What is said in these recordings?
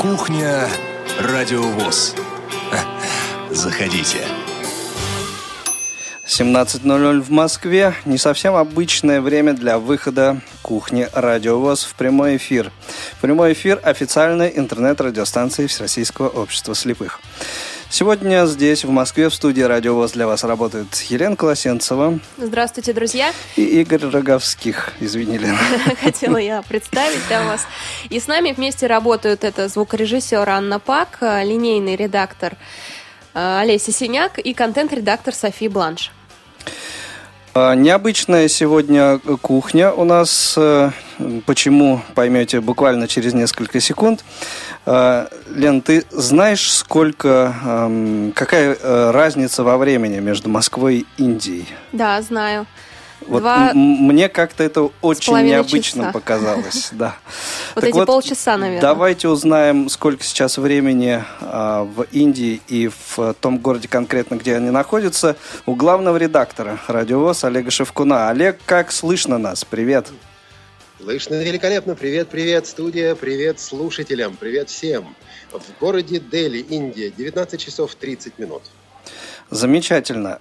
Кухня Радио ВОС. Заходите. 17:00 в Москве. Не совсем обычное время для выхода Кухни Радио ВОС в прямой эфир. Прямой эфир официальной интернет-радиостанции Всероссийского общества слепых. Сегодня здесь, в Москве, в студии Радио ВОС для вас работает Елена Колосенцева. Здравствуйте, друзья. И Игорь Роговских. Извини, Лена. Хотела я представить для вас. И с нами вместе работают это звукорежиссер Анна Пак, линейный редактор Олеся Синяк и контент-редактор София Бланш. Необычная сегодня кухня у нас. Почему, поймете буквально через несколько секунд. Лен, ты знаешь, какая разница во времени между Москвой и Индией? Да, знаю. Вот мне как-то это очень необычно показалось. Да. Вот эти полчаса, наверное. Давайте узнаем, сколько сейчас времени в Индии и в том городе конкретно, где они находятся, у главного редактора Радио ВОС Олега Шевкуна. Олег, как слышно нас? Привет. Слышно великолепно. Привет, студия, привет слушателям, привет всем. В городе Дели, Индия, 19 часов 30 минут. Замечательно.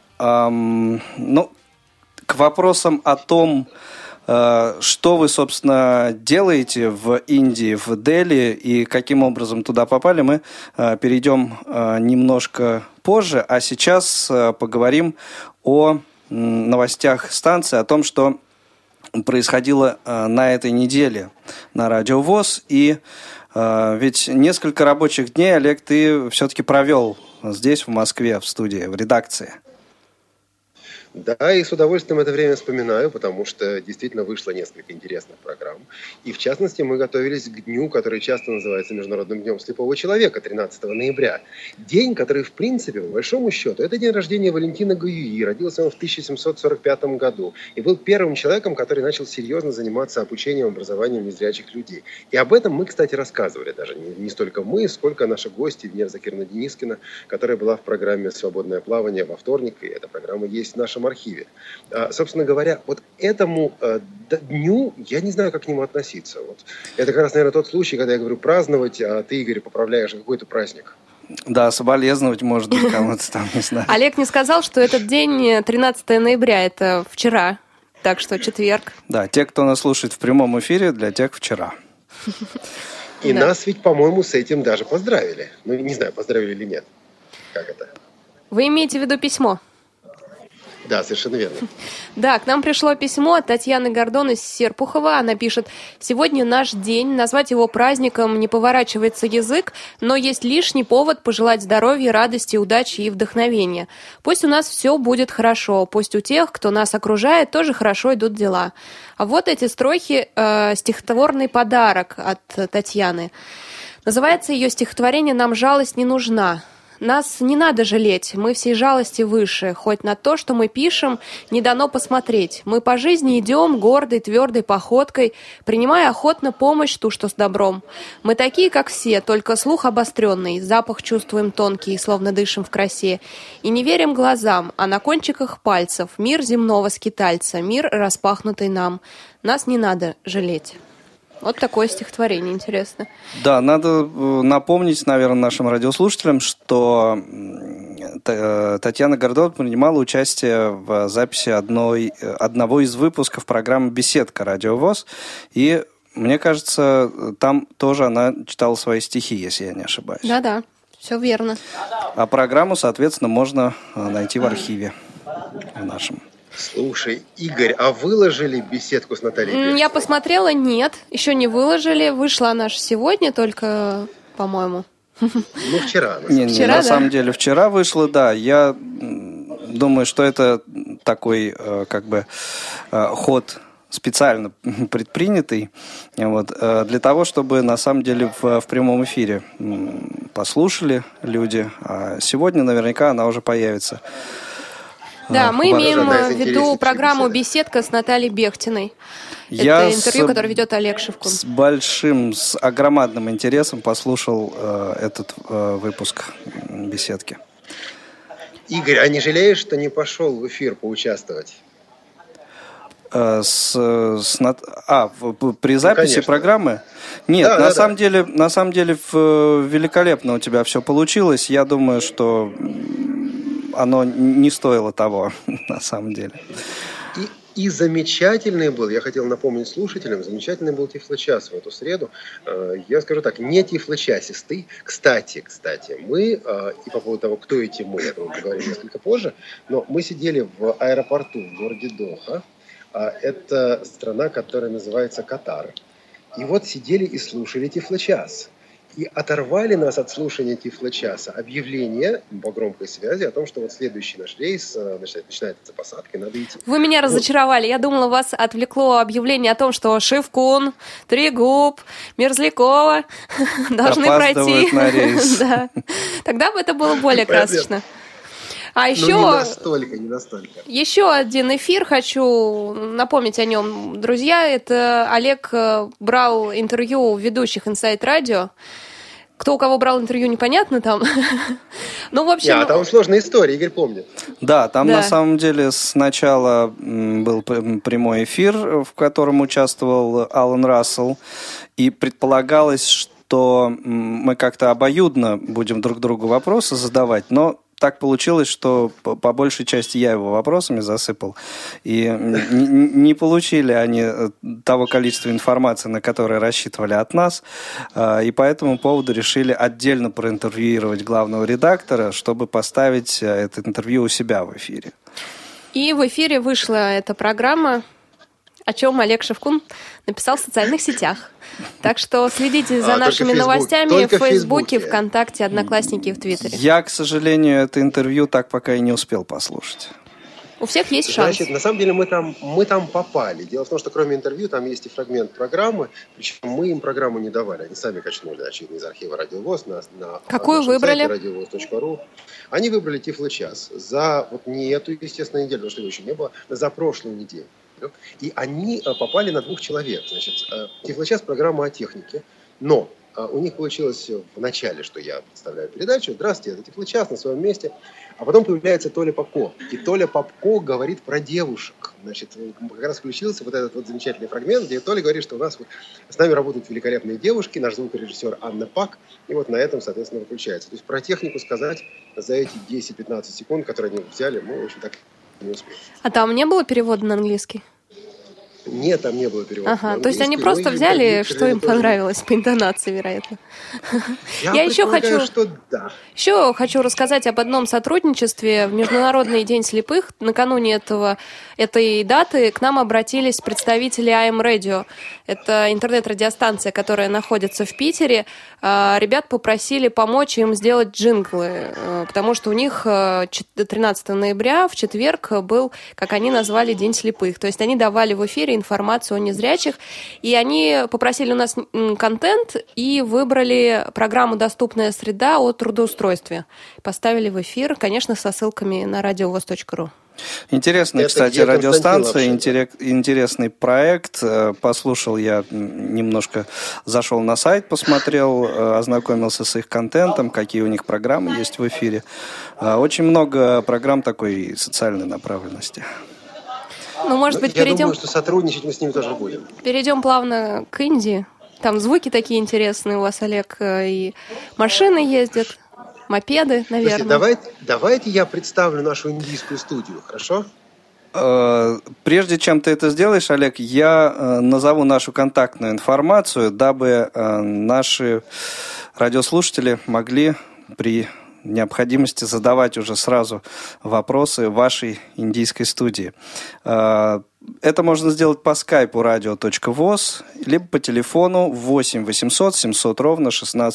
К вопросам о том, что вы, собственно, делаете в Индии, в Дели, и каким образом туда попали, мы перейдем немножко позже. А сейчас поговорим о новостях станции, о том, что происходило на этой неделе на Радио ВОС. И ведь несколько рабочих дней, Олег, ты все-таки провел здесь, в Москве, в студии, в редакции. Да, и с удовольствием это время вспоминаю, потому что действительно вышло несколько интересных программ. И в частности, мы готовились к дню, который часто называется Международным днем слепого человека, 13 ноября. День, который, в принципе, по большому счету, это день рождения Валентина Гаюи. Родился он в 1745 году. И был первым человеком, который начал серьезно заниматься обучением, образованием незрячих людей. И об этом мы, кстати, рассказывали. Даже не столько мы, сколько наши гости, Венера Закирна-Денискина, которая была в программе «Свободное плавание» во вторник. И эта программа есть в нашем архиве. Собственно говоря, вот этому дню я не знаю, как к нему относиться. Вот. Это как раз, наверное, тот случай, когда я говорю праздновать, а ты, Игорь, поправляешь какой-то праздник. Да, соболезновать, может быть, кому-то там, не знаю. Олег не сказал, что этот день 13 ноября, это вчера, так что четверг. Да, те, кто нас слушает в прямом эфире, для тех вчера. И нас ведь, по-моему, с этим даже поздравили. Ну, не знаю, поздравили или нет. Как это? Вы имеете в виду письмо? Да, совершенно верно. Да, к нам пришло письмо от Татьяны Гордон из Серпухова. Она пишет: «Сегодня наш день. Назвать его праздником не поворачивается язык, но есть лишний повод пожелать здоровья, радости, удачи и вдохновения. Пусть у нас все будет хорошо. Пусть у тех, кто нас окружает, тоже хорошо идут дела». А вот эти строки, стихотворный подарок от Татьяны. Называется ее стихотворение «Нам жалость не нужна». Нас не надо жалеть, мы всей жалости выше, хоть на то, что мы пишем, не дано посмотреть. Мы по жизни идем гордой, твердой походкой, принимая охотно помощь ту, что с добром. Мы такие, как все, только слух обостренный, запах чувствуем тонкий, словно дышим в красе. И не верим глазам, а на кончиках пальцев мир земного скитальца, мир, распахнутый нам. Нас не надо жалеть». Вот такое стихотворение, интересно. Да, надо напомнить, наверное, нашим радиослушателям, что Татьяна Гордон принимала участие в записи одного из выпусков программы «Беседка» Радио ВОС. И, мне кажется, там тоже она читала свои стихи, если я не ошибаюсь. Да-да, все верно. А программу, соответственно, можно найти в архиве в нашем. Слушай, Игорь, а выложили беседку с Натальей Бехтиной? Я посмотрела, нет, еще не выложили. Вышла она же сегодня только, по-моему. Ну, вчера. На самом деле, вчера вышла, да. Я думаю, что это такой, ход специально предпринятый, для того, чтобы, на самом деле, в прямом эфире послушали люди. А сегодня наверняка она уже появится. Да, мы имеем в виду программу «Беседка» с Натальей Бехтиной. Это интервью, которое ведет Олег Шевкун. С огромадным интересом послушал этот выпуск «Беседки». Игорь, а не жалеешь, что не пошел в эфир поучаствовать? При записи программы? Нет, Да, на самом деле великолепно у тебя все получилось. Я думаю, что оно не стоило того, на самом деле. И замечательный был, я хотел напомнить слушателям, замечательный был тифлочас в эту среду. Я скажу так, не тифлочасистый. Кстати, мы, и по поводу того, кто эти мы, я думаю, поговорим несколько позже, но мы сидели в аэропорту в городе Доха. Это страна, которая называется Катар. И вот сидели и слушали тифлочас. И оторвали нас от слушания тифлочаса объявление по громкой связи о том, что вот следующий наш рейс начинается посадкой, надо идти. Вы меня разочаровали. Я думала, вас отвлекло объявление о том, что Шевкун, Трегуб, Мерзлякова должны пройти. На рейс. Да. Тогда бы это было более красочно. А еще... не настолько. Еще один эфир, хочу напомнить о нем, друзья. Это Олег брал интервью у ведущих Inside Radio. Кто у кого брал интервью, непонятно там. Ну, в общем... там сложная история, Игорь помнит. Да, там на самом деле сначала был прямой эфир, в котором участвовал Алан Рассел, и предполагалось, что мы как-то обоюдно будем друг другу вопросы задавать, но так получилось, что по большей части я его вопросами засыпал. И не получили они того количества информации, на которое рассчитывали от нас. И по этому поводу решили отдельно проинтервьюировать главного редактора, чтобы поставить это интервью у себя в эфире. И в эфире вышла эта программа, о чем Олег Шевкун написал в социальных сетях. Так что следите за нашими новостями в Фейсбуке, ВКонтакте, Одноклассники и в Твиттере. Я, к сожалению, это интервью так пока и не успел послушать. У всех есть шанс. Значит, на самом деле мы там попали. Дело в том, что кроме интервью там есть и фрагмент программы, причем мы им программу не давали. Они сами качнули, очевидно, из архива Радио ВОС на какую выбрали? radiovoz.ru. Они выбрали Тифлочас за не эту, естественно, неделю, потому что его еще не было, за прошлую неделю. И они попали на 2 человек. Значит, Тифлочас — программа о технике, но у них получилось в начале, что я представляю передачу: «Здравствуйте, это Тифлочас на своем месте». А потом появляется Толя Попко. И Толя Попко говорит про девушек. Значит, как раз включился вот этот вот замечательный фрагмент, где Толя говорит, что у нас с нами работают великолепные девушки, наш звукорежиссер Анна Пак. И вот на этом, соответственно, выключается. То есть про технику сказать за эти 10-15 секунд, которые они взяли, мы, в общем, так не успели. А там не было перевода на английский? Нет, там не было перевода. Ага, то есть они просто взяли, что им понравилось по интонации, вероятно. Я еще хочу рассказать об одном сотрудничестве. В Международный день слепых накануне этой даты к нам обратились представители AM Radio. Это интернет-радиостанция, которая находится в Питере. Ребят попросили помочь им сделать джинглы, потому что у них 13 ноября, в четверг, был, как они назвали, День слепых. То есть они давали в эфире информацию о незрячих, и они попросили у нас контент и выбрали программу «Доступная среда» о трудоустройстве. Поставили в эфир, конечно, со ссылками на radiovoz.ru. Интересная, кстати, радиостанция, интересный проект. Послушал я немножко, зашел на сайт, посмотрел, ознакомился с их контентом, какие у них программы есть в эфире. Очень много программ такой социальной направленности. Ну, может быть, я думаю, что сотрудничать мы с ними тоже будем. Перейдем плавно к Индии. Там звуки такие интересные у вас, Олег, и машины ездят, мопеды, наверное. Давайте я представлю нашу индийскую студию, хорошо? Прежде чем ты это сделаешь, Олег, я назову нашу контактную информацию, дабы наши радиослушатели могли при необходимости задавать уже сразу вопросы вашей индийской студии. Это можно сделать по скайпу radio.voz, либо по телефону 8 800 700 ровно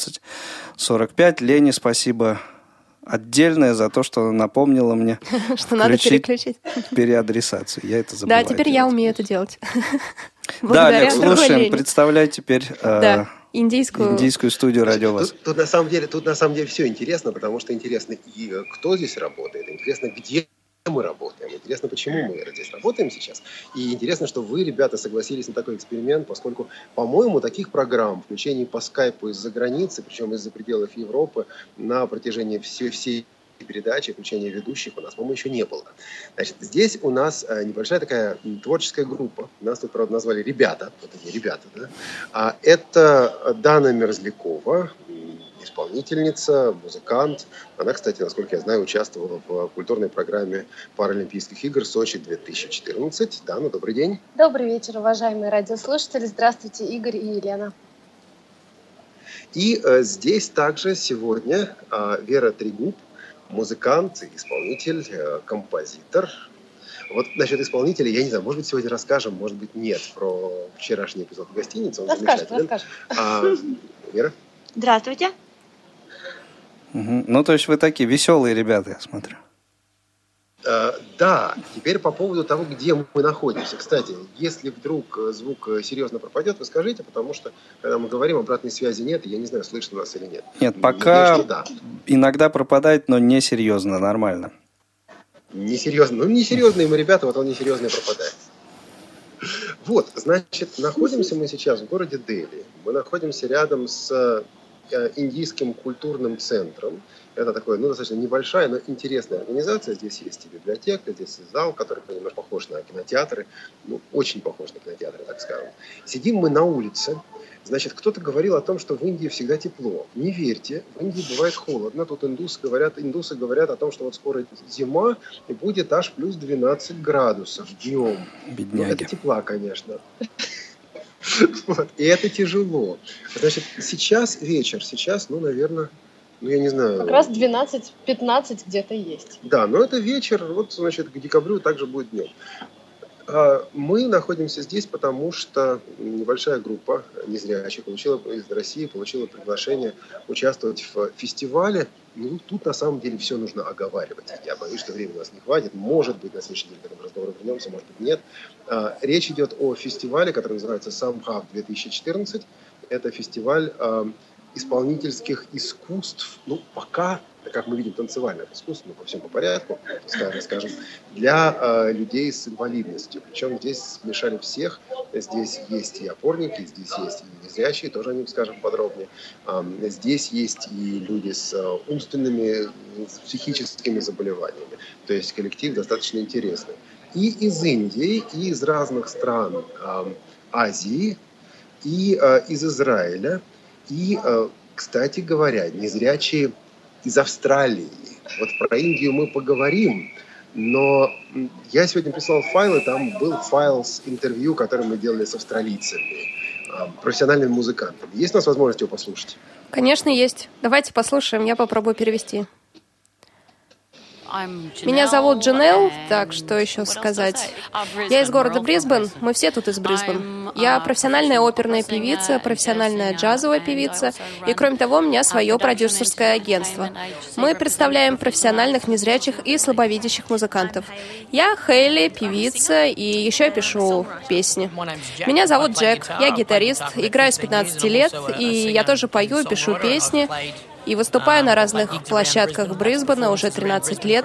1645. Лене спасибо отдельное за то, что напомнила мне, что надо переключить переадресацию. Я это забываю. Да, теперь я умею это делать. Да, Олег, слушаем. Представляй теперь... Индийскую студию Радио ВОС. Тут на самом деле все интересно, потому что интересно и кто здесь работает, интересно, где мы работаем, интересно, почему мы здесь работаем сейчас. И интересно, что вы, ребята, согласились на такой эксперимент, поскольку, по-моему, таких программ, включений по скайпу из-за границы, причем из-за пределов Европы, на протяжении всей передачи, включения ведущих у нас, по-моему, еще не было. Значит, здесь у нас небольшая такая творческая группа. Нас тут, правда, назвали ребята. Вот такие ребята, да? Это Дана Мерзлякова, исполнительница, музыкант. Она, кстати, насколько я знаю, участвовала в культурной программе Паралимпийских игр Сочи 2014. Дана, добрый день. Добрый вечер, уважаемые радиослушатели. Здравствуйте, Игорь и Елена. И здесь также сегодня Вера Трегуб, музыкант, исполнитель, композитор. Вот насчет исполнителя, я не знаю, может быть, сегодня расскажем, может быть, нет, про вчерашний эпизод в гостинице. Он замечательный. Расскажем. Вера? Здравствуйте. Ну, то есть вы такие веселые ребята, я смотрю. Да, теперь по поводу того, где мы находимся. Кстати, если вдруг звук серьезно пропадет, вы скажите, потому что, когда мы говорим, обратной связи нет, и я не знаю, слышно нас или нет. Нет, пока да. Иногда пропадает, но не серьезно, нормально. Несерьезно. Ну, несерьезные мы ребята, вот он несерьезно и пропадает. Вот, значит, находимся мы сейчас в городе Дели. Мы находимся рядом с индийским культурным центром. Это такое, достаточно небольшая, но интересная организация. Здесь есть и библиотека, здесь есть зал, который немножко похож на кинотеатры. Очень похож на кинотеатры, так скажем. Сидим мы на улице. Значит, кто-то говорил о том, что в Индии всегда тепло. Не верьте, в Индии бывает холодно. Тут индусы говорят о том, что вот скоро зима, и будет аж плюс 12 градусов днем. Бедняги. Это тепла, конечно. И это тяжело. Значит, сейчас вечер, наверное, я не знаю. Как раз 12-15 где-то есть. Да, но это вечер, вот, значит, к декабрю также будет днем. Мы находимся здесь, потому что небольшая группа незрячих из России получила приглашение участвовать в фестивале. Тут на самом деле все нужно оговаривать. Я боюсь, что времени у нас не хватит. Может быть, на следующей неделе к этому разговору вернемся, может быть, нет. Речь идет о фестивале, который называется Самбхав 2014. Это фестиваль исполнительских искусств, пока, как мы видим, танцевальных искусств, по всем по порядку, скажем, для людей с инвалидностью. Причем здесь смешали всех. Здесь есть и опорники, здесь есть и незрячие, тоже о них скажем подробнее. Здесь есть и люди с умственными, с психическими заболеваниями. То есть коллектив достаточно интересный. И из Индии, и из разных стран Азии, и из Израиля, и, кстати говоря, незрячие из Австралии. Вот про Индию мы поговорим, но я сегодня прислал файлы, там был файл с интервью, которое мы делали с австралийцами, профессиональными музыкантами. Есть у нас возможность его послушать? Конечно, есть. Давайте послушаем, я попробую перевести. Меня зовут Джанел, так что еще сказать. Я из города Брисбен, мы все тут из Брисбен. Я профессиональная оперная певица, профессиональная джазовая певица, и кроме того, у меня свое продюсерское агентство. Мы представляем профессиональных незрячих и слабовидящих музыкантов. Я Хейли, певица, и еще я пишу песни. Меня зовут Джек, я гитарист, играю с 15 лет, и я тоже пою и пишу песни. И выступаю на разных площадках Брисбена уже 13 лет.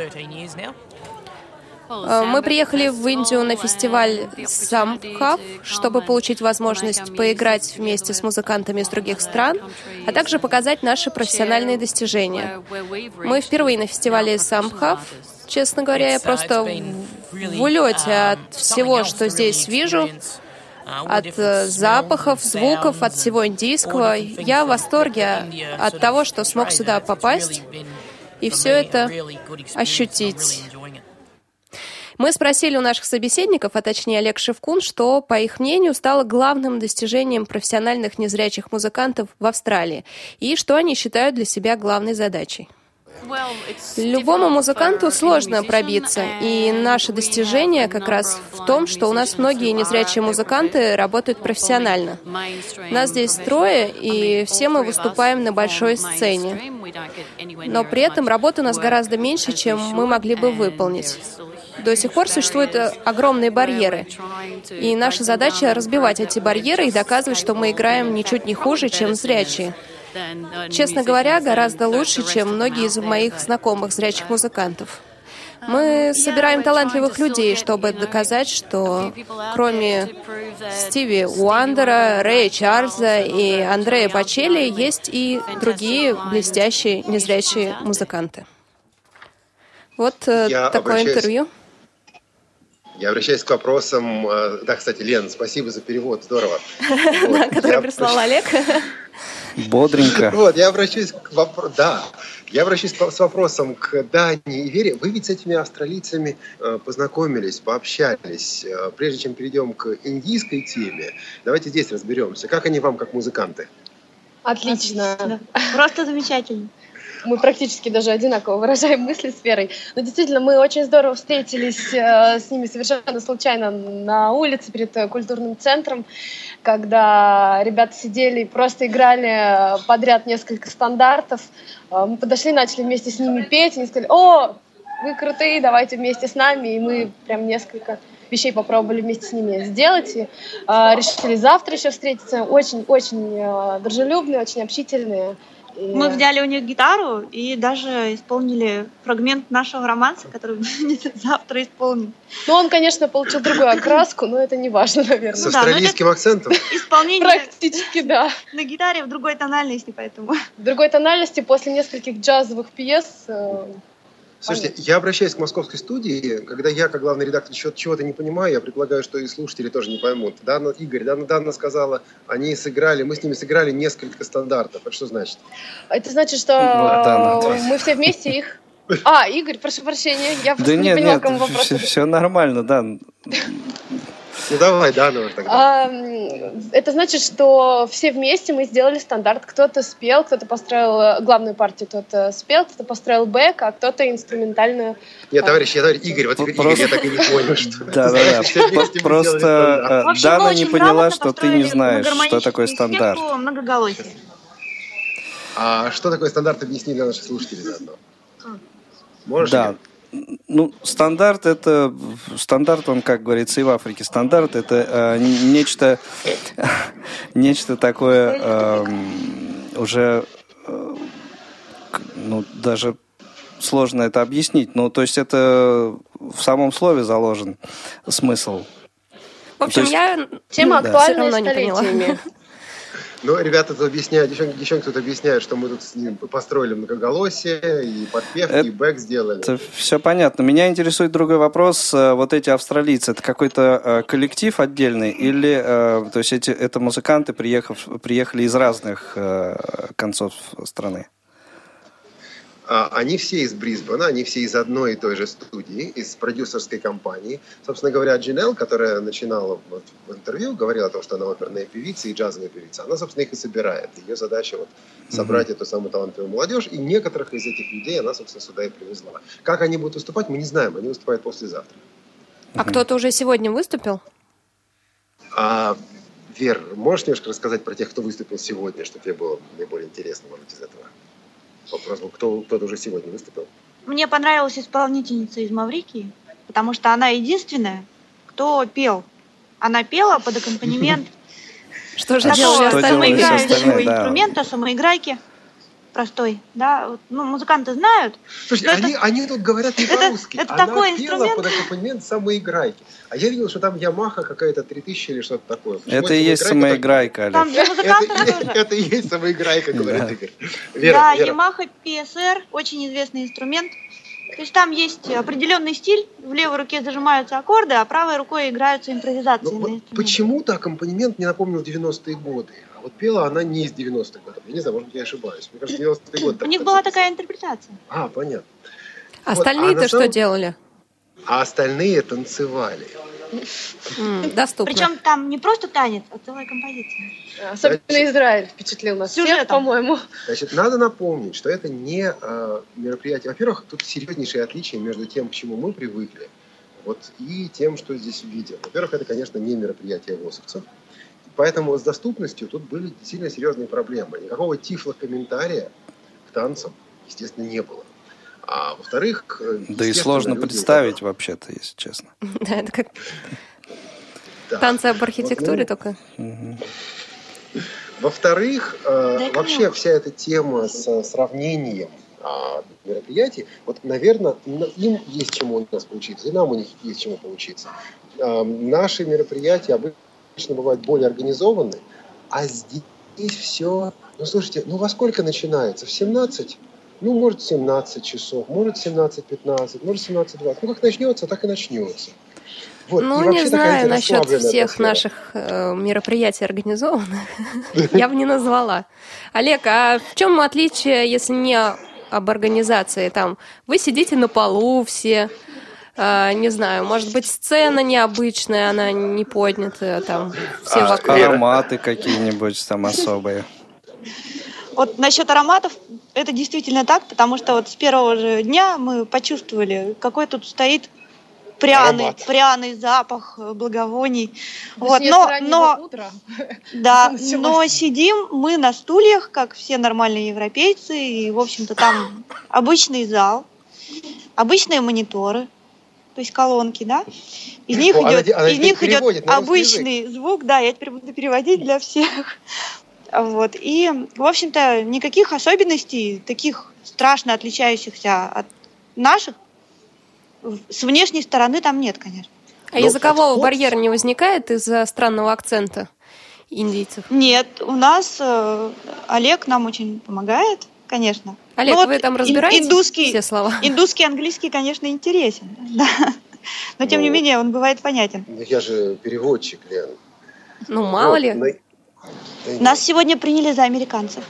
Мы приехали в Индию на фестиваль Самбхав, чтобы получить возможность поиграть вместе с музыкантами из других стран, а также показать наши профессиональные достижения. Мы впервые на фестивале Самбхав. Честно говоря, я просто в улете от всего, что здесь вижу. От запахов, звуков, от всего индийского. Я в восторге от того, что смог сюда попасть и все это ощутить. Мы спросили у наших собеседников, а точнее Олег Шевкун, что, по их мнению, стало главным достижением профессиональных незрячих музыкантов в Австралии и что они считают для себя главной задачей. Любому музыканту сложно пробиться, и наше достижение как раз в том, что у нас многие незрячие музыканты работают профессионально. Нас здесь трое, и все мы выступаем на большой сцене. Но при этом работы у нас гораздо меньше, чем мы могли бы выполнить. До сих пор существуют огромные барьеры, и наша задача — разбивать эти барьеры и доказывать, что мы играем ничуть не хуже, чем зрячие. Честно говоря, гораздо лучше, чем многие из моих знакомых зрячих музыкантов. Мы собираем талантливых людей, чтобы доказать, что кроме Стиви Уандера, Рэя Чарльза и Андрея Бочелли есть и другие блестящие незрячие музыканты. Вот такое интервью. Я обращаюсь к вопросам... Да, кстати, Лен, спасибо за перевод, здорово. Который прислал Олег. Бодренько. Вот, я обращаюсь к вопросу... Да, я обращаюсь с вопросом к Дане и Вере. Вы ведь с этими австралийцами познакомились, пообщались. Прежде чем перейдем к индийской теме, давайте здесь разберемся. Как они вам, как музыканты? Отлично. Да. Просто замечательно. Мы практически даже одинаково выражаем мысли с Верой. Но действительно, мы очень здорово встретились с ними совершенно случайно на улице перед культурным центром, когда ребята сидели и просто играли подряд несколько стандартов. Мы подошли, начали вместе с ними петь, и они сказали: «О, вы крутые, давайте вместе с нами». И мы прям несколько вещей попробовали вместе с ними сделать. И решили завтра еще встретиться. Очень-очень дружелюбные, очень общительные. Мы взяли у них гитару и даже исполнили фрагмент нашего романса, который завтра исполним. Ну, он, конечно, получил другую окраску, но это не важно, наверное. С австралийским акцентом? Исполнение практически, да. На гитаре в другой тональности, поэтому. В другой тональности после нескольких джазовых пьес. Слушайте, я обращаюсь к московской студии. Когда я, как главный редактор, чего-то не понимаю, я предполагаю, что и слушатели тоже не поймут. Дана сказала, мы с ними сыграли несколько стандартов. Это что значит? Это значит, что мы все вместе их... Игорь, прошу прощения, я просто не поняла, к кому вопрос. Все нормально, да. Ну давай, Дана, тогда. Это значит, что все вместе мы сделали стандарт. Кто-то спел, кто-то построил главную партию, кто-то спел, кто-то построил бэк, а кто-то инструментальную. Нет, товарищ, Игорь, я так и не понял, что... Да. Просто Дана не поняла, что ты не знаешь, что такое стандарт. А что такое стандарт, объясни для наших слушателей заодно. Можешь? Да. Ну, стандарт, он, как говорится, и в Африке. Стандарт — это нечто такое уже, даже сложно это объяснить. Ну, то есть это в самом слове заложен смысл. В общем, тема актуальна столетиями. Ну, ребята тут объясняют, девчонки тут объясняют, что мы тут с ним построили многоголосие, и подпев, и бэк сделали. Это все понятно. Меня интересует другой вопрос. Вот эти австралийцы, это какой-то коллектив отдельный, или то есть это музыканты, приехали из разных концов страны? Они все из Брисбена, они все из одной и той же студии, из продюсерской компании. Собственно говоря, Джинел, которая начинала в интервью, говорила о том, что она оперная певица и джазовая певица. Она, собственно, их и собирает. Ее задача собрать эту самую талантливую молодежь, и некоторых из этих людей она, собственно, сюда и привезла. Как они будут выступать, мы не знаем. Они выступают послезавтра. А кто-то уже сегодня выступил? Вер, можешь немножко рассказать про тех, кто выступил сегодня, чтобы тебе было наиболее интересно, может быть, из этого? Вопрос был, кто-то уже сегодня выступил. Мне понравилась исполнительница из Маврикии, потому что она единственная, кто пел. Она пела под аккомпанемент что же делали самоиграющего инструмента, самоиграйки. Простой, да. Ну, музыканты знают. Слушайте, они тут говорят не по-русски. Это такой инструмент. Она пела под аккомпанемент самоиграйки. А я видел, что там Ямаха какая-то 3000 или что-то такое. Это и есть самоиграйка, Олег. Там для музыкантов тоже. Это и есть самоиграйка, говорит Игорь. Да, Ямаха PSR, очень известный инструмент. То есть там есть определенный стиль. В левой руке зажимаются аккорды, а правой рукой играются импровизации. Почему-то аккомпанемент мне напомнил 90-е годы. А вот пела она не из 90-х годов. Я не знаю, может быть, я ошибаюсь. Мне кажется, 90-е годы. У них была такая интерпретация. Понятно. Остальные-то что делали? А остальные танцевали. Доступно. Причем там не просто танец, а целая композиция. Особенно Израиль впечатлил нас всех, по-моему. Значит, надо напомнить, что это не мероприятие. Во-первых, тут серьезнейшие отличия между тем, к чему мы привыкли, и тем, что здесь видим. Во-первых, это, конечно, не мероприятие ВОСовцев. Поэтому с доступностью тут были сильно серьезные проблемы. Никакого тифлокомментария к танцам, естественно, не было. А во-вторых... Да и сложно представить вообще-то, если честно. Да, это как танцы об архитектуре только. Во-вторых, вообще вся эта тема с сравнением мероприятий, наверное, им есть чему у нас поучиться, и нам у них есть чему поучиться. Наши мероприятия обычно бывают более организованы, а здесь все... слушайте, во сколько начинается? В 17? Ну, может, 17 часов, может, 17:15, может, 17:20. Ну, как начнется, так и начнется. Вот. Ну, не знаю насчет всех наших мероприятий организованных. Я бы не назвала. Олег, а в чем отличие, если не об организации? Там вы сидите на полу все, не знаю, может быть, сцена необычная, она не поднятая, там все вокруг. Ароматы какие-нибудь там особые. Вот насчет ароматов, это действительно так, потому что вот с первого же дня мы почувствовали, какой тут стоит пряный запах благовоний. Вот, но сидим мы на стульях, как все нормальные европейцы, и, в общем-то, там обычный зал, обычные мониторы, то есть колонки, да? Из них идет обычный звук, да, я теперь буду переводить для всех. Вот. И, в общем-то, никаких особенностей, таких страшно отличающихся от наших, с внешней стороны там нет, конечно. А языкового барьера не возникает из-за странного акцента индийцев? Нет, у нас Олег нам очень помогает, конечно. Олег, вы там разбираете все слова? Индусский, английский, конечно, интересен, да. Но, тем не менее, он бывает понятен. Я же переводчик, Лен. Ну, мало ли. Нас сегодня приняли за американцев.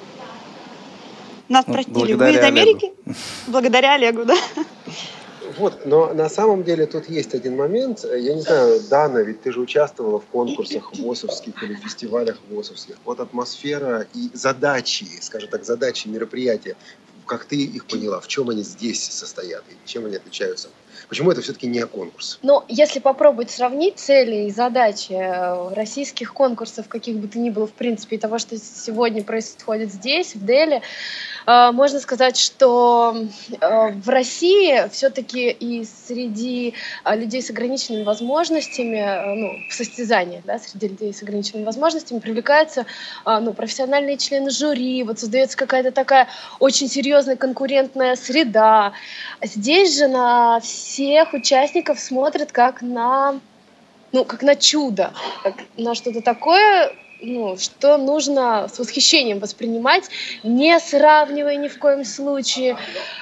Нас простили. Вы из Америки? Благодаря Олегу, да. Вот, но на самом деле тут есть один момент. Я не знаю, Дана, ведь ты же участвовала в конкурсах ВОСовских или фестивалях ВОСовских. Вот атмосфера и задачи, скажем так, задачи мероприятия, как ты их поняла, в чем они здесь состоят и чем они отличаются? Почему это все-таки не конкурс? Ну, если попробовать сравнить цели и задачи российских конкурсов, каких бы то ни было, в принципе, и того, что сегодня происходит здесь, в Дели, можно сказать, что в России все-таки и среди людей с ограниченными возможностями, ну, в состязании, да, среди людей с ограниченными возможностями привлекаются профессиональные члены жюри, вот создается какая-то такая очень серьезная конкурентная среда. Здесь же на всех участников смотрят как на чудо, как на что-то такое, что нужно с восхищением воспринимать, не сравнивая ни в коем случае,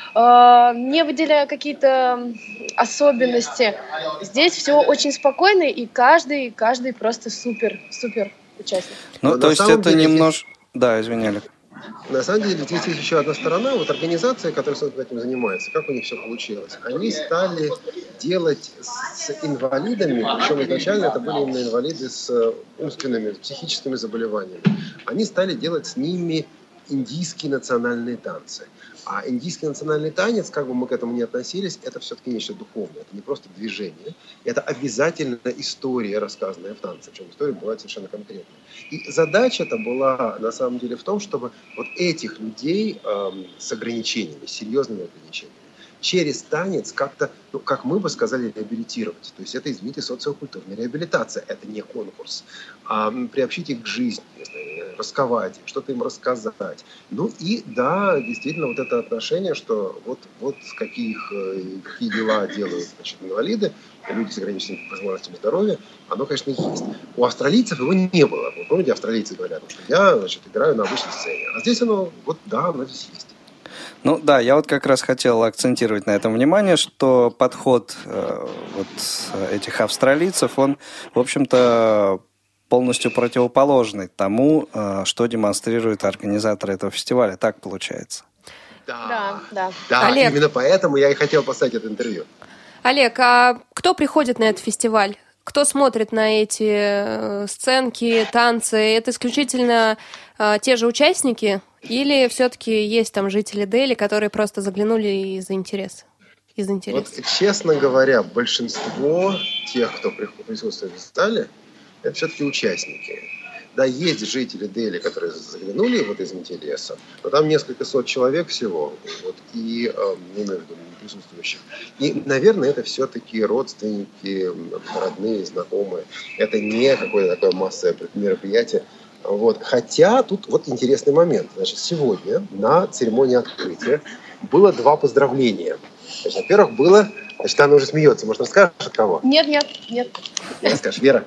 не выделяя какие-то особенности. Здесь все очень спокойно, и каждый просто супер участник. Ну, то есть это немножко... Да, извини, Олег. На самом деле, здесь есть еще одна сторона. Вот организация, которая этим занимается, как у них все получилось. Они стали делать с инвалидами, причем изначально это были именно инвалиды с умственными, психическими заболеваниями. Они стали делать с ними индийские национальные танцы. А индийский национальный танец, как бы мы к этому ни относились, это все-таки нечто духовное. Это не просто движение. Это обязательно история, рассказанная в танце. Причем история бывает совершенно конкретная. И задача-то была на самом деле в том, чтобы вот этих людей с ограничениями, с серьезными ограничениями, через танец как-то, как мы бы сказали, реабилитировать. То есть это, извините, социокультурная реабилитация. Это не конкурс. Приобщить их к жизни, расковать их, что-то им рассказать. Ну и да, действительно, вот это отношение, что вот какие дела делают, значит, инвалиды, люди с ограниченными возможностями здоровья, оно, конечно, есть. У австралийцев его не было. Вы помните, австралийцы говорят, что я, значит, играю на обычной сцене. А здесь оно здесь есть. Ну да, я вот как раз хотел акцентировать на этом внимание, что подход этих австралийцев, он, в общем-то, полностью противоположный тому, что демонстрируют организаторы этого фестиваля. Так получается. Да, Олег, именно поэтому я и хотел поставить это интервью. Олег, а кто приходит на этот фестиваль? Кто смотрит на эти сценки, танцы? Это исключительно те же участники? Или все-таки есть там жители Дели, которые просто заглянули из интереса? Вот, честно говоря, большинство тех, кто присутствует в зале, это все-таки участники. Да, есть жители Дели, которые заглянули из интереса, но там несколько сот человек всего, не имею в виду присутствующих. И, наверное, это все-таки родственники, родные, знакомые. Это не какое-то такое массовое мероприятие. Хотя тут интересный момент. Значит, сегодня на церемонии открытия было 2 поздравления. Значит, во-первых, было... Значит, она уже смеется. Может, расскажешь, от кого? Нет. Не расскажешь. Вера?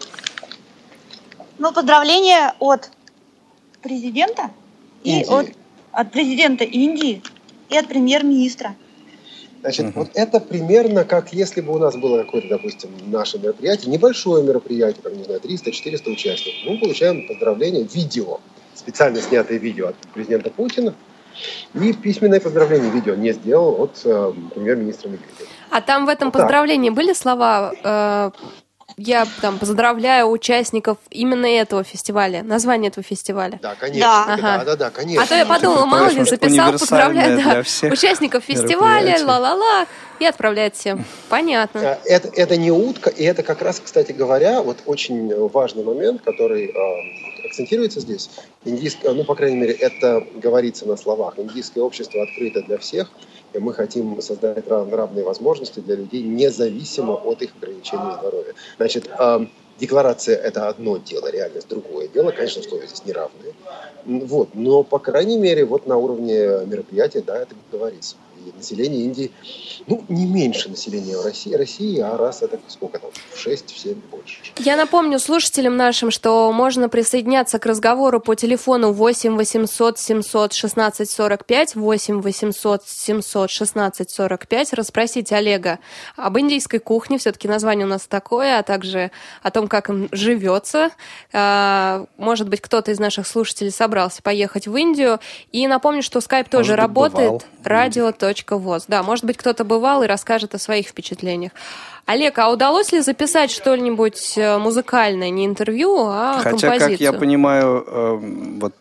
Поздравления от президента Индии. От президента Индии и от премьер-министра. Значит, вот это примерно как если бы у нас было какое-то, допустим, наше мероприятие, небольшое мероприятие, там, не знаю, 300-400 участников. Мы получаем поздравления, видео, специально снятое видео от президента Путина, и письменное поздравление видео не сделал от премьер-министра Медведева. А там в этом поздравлении были слова «Я там поздравляю участников именно этого фестиваля», название этого фестиваля? Да, конечно. Да, конечно. А то я подумала, мало ли, записал, поздравляю участников фестиваля, ла-ла-ла, и отправляет всем. Понятно. Это не утка, и это как раз, кстати говоря, вот очень важный момент, который акцентируется здесь. Ну, по крайней мере, это говорится на словах. Индийское общество открыто для всех, и мы хотим создать равные возможности для людей, независимо от их ограничений здоровья. Значит, декларация – это одно дело, реальность – другое дело. Конечно, условия здесь неравные. Вот. Но, по крайней мере, вот на уровне мероприятия, да, это говорится. И население Индии, ну, не меньше населения России, а раз это сколько там, в 6-7 больше. Я напомню слушателям нашим, что можно присоединяться к разговору по телефону 8 800 700 16 45, 8 800 700 16 45, расспросить Олега об индийской кухне, все-таки название у нас такое, а также о том, как им живется. Может быть, кто-то из наших слушателей собрался поехать в Индию. И напомню, что скайп тоже работает, radio.voz. Да, может быть, кто-то бывал и расскажет о своих впечатлениях. Олег, а удалось ли записать что-нибудь музыкальное, не интервью, а композицию? Хотя, как я понимаю, вот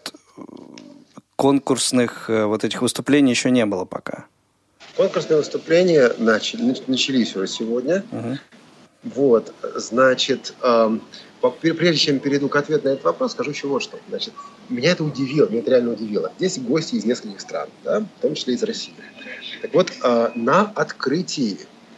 конкурсных вот этих выступлений еще не было пока. Конкурсные выступления начались уже сегодня. Вот, значит, прежде чем перейду к ответу на этот вопрос, скажу еще вот что. Значит, меня это удивило, меня это реально удивило. Здесь гости из нескольких стран, да, в том числе из России. Так вот, на открытии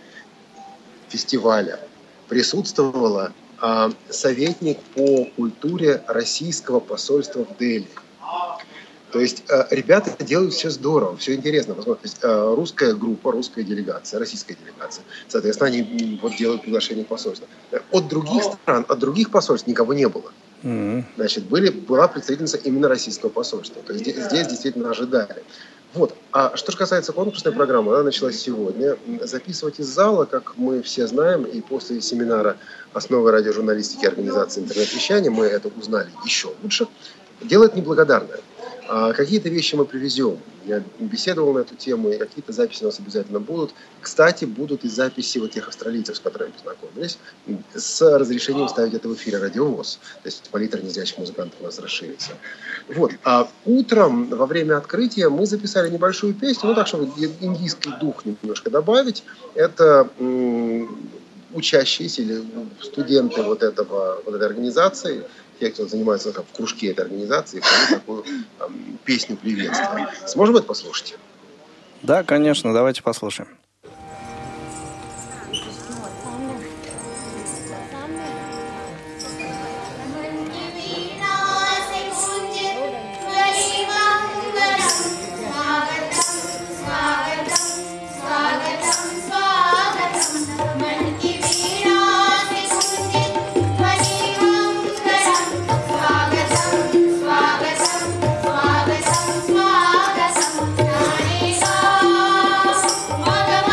фестиваля присутствовала советник по культуре российского посольства в Дели. То есть ребята делают все здорово, все интересно. То есть русская группа, русская делегация, российская делегация. Соответственно, они вот делают приглашение посольства. От других стран, от других посольств никого не было. Значит, была представительница именно российского посольства. То есть здесь действительно ожидали. Вот. А что же касается конкурсной программы, она началась сегодня. Записывать из зала, как мы все знаем, и после семинара «Основы радиожурналистики и организации интернет-вещания» мы это узнали еще лучше. Дело это неблагодарное. Какие-то вещи мы привезем. Я беседовал на эту тему, и какие-то записи у нас обязательно будут. Кстати, будут и записи вот тех австралийцев, с которыми познакомились, с разрешением ставить это в эфире «Радио ВОС». То есть палитра незрячих музыкантов у нас расширится. Вот. А утром, во время открытия, мы записали небольшую песню, ну так, чтобы индийский дух немножко добавить. Это учащиеся или студенты вот этой организации, те, кто занимается в кружке этой организации, такую песню приветствия. Сможем это послушать? Да, конечно, давайте послушаем. Swagatam, swagatam,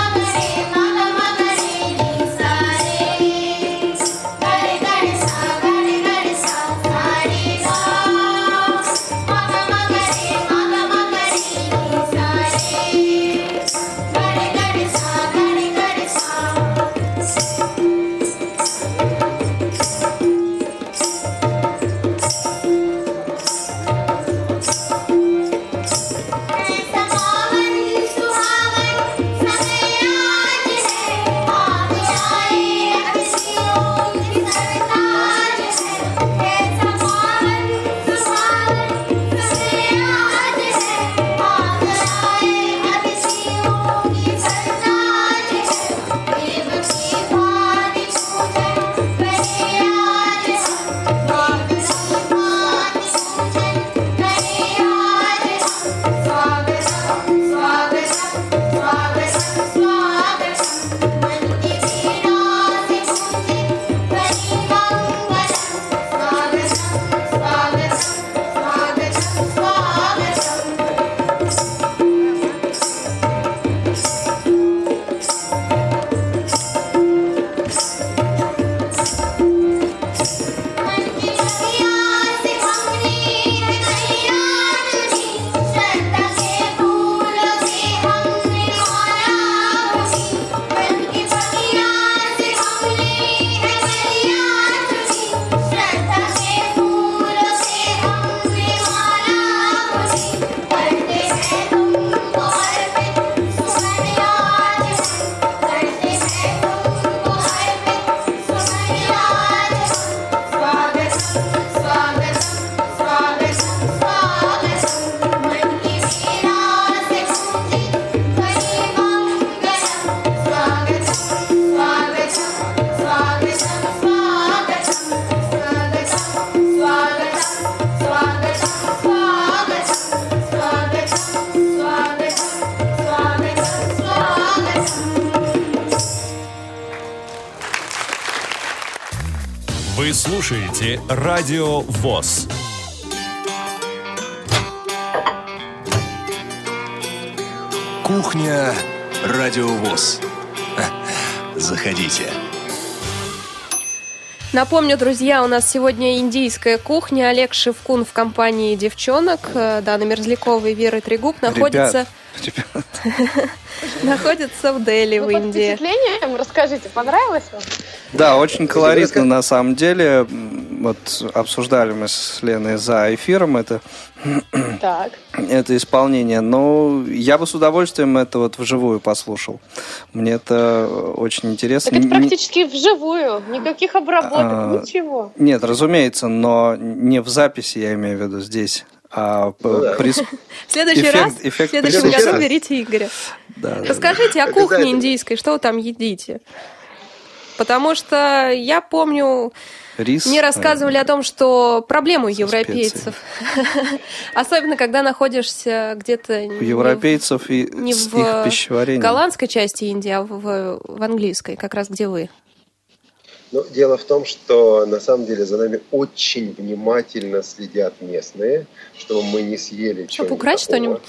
слушаете Радио ВОС. Кухня Радио ВОС. Заходите. Напомню, друзья, у нас сегодня индийская кухня. Олег Шевкун в компании девчонок. Дана Мерзлякова и Вера Трегуб находятся в Дели, в Индии. Под впечатлением расскажите, понравилось вам? Да, очень колоритно на самом деле. Вот обсуждали мы с Леной за эфиром это исполнение. Но я бы с удовольствием это вот вживую послушал. Мне это очень интересно. Так это практически вживую, никаких обработок, ничего. Нет, разумеется, но не в записи, я имею в виду здесь. В следующий году берите Игоря. Расскажите о кухне индийской, что вы там едите? Потому что я помню, мне рассказывали о том, что проблемы у европейцев. Особенно, когда находишься где-то у европейцев и не с их пищеварением. В голландской части Индии, а в английской, как раз где вы. Ну, дело в том, что на самом деле за нами очень внимательно следят местные, чтобы мы не съели чего-нибудь. Чтобы украсть что-нибудь?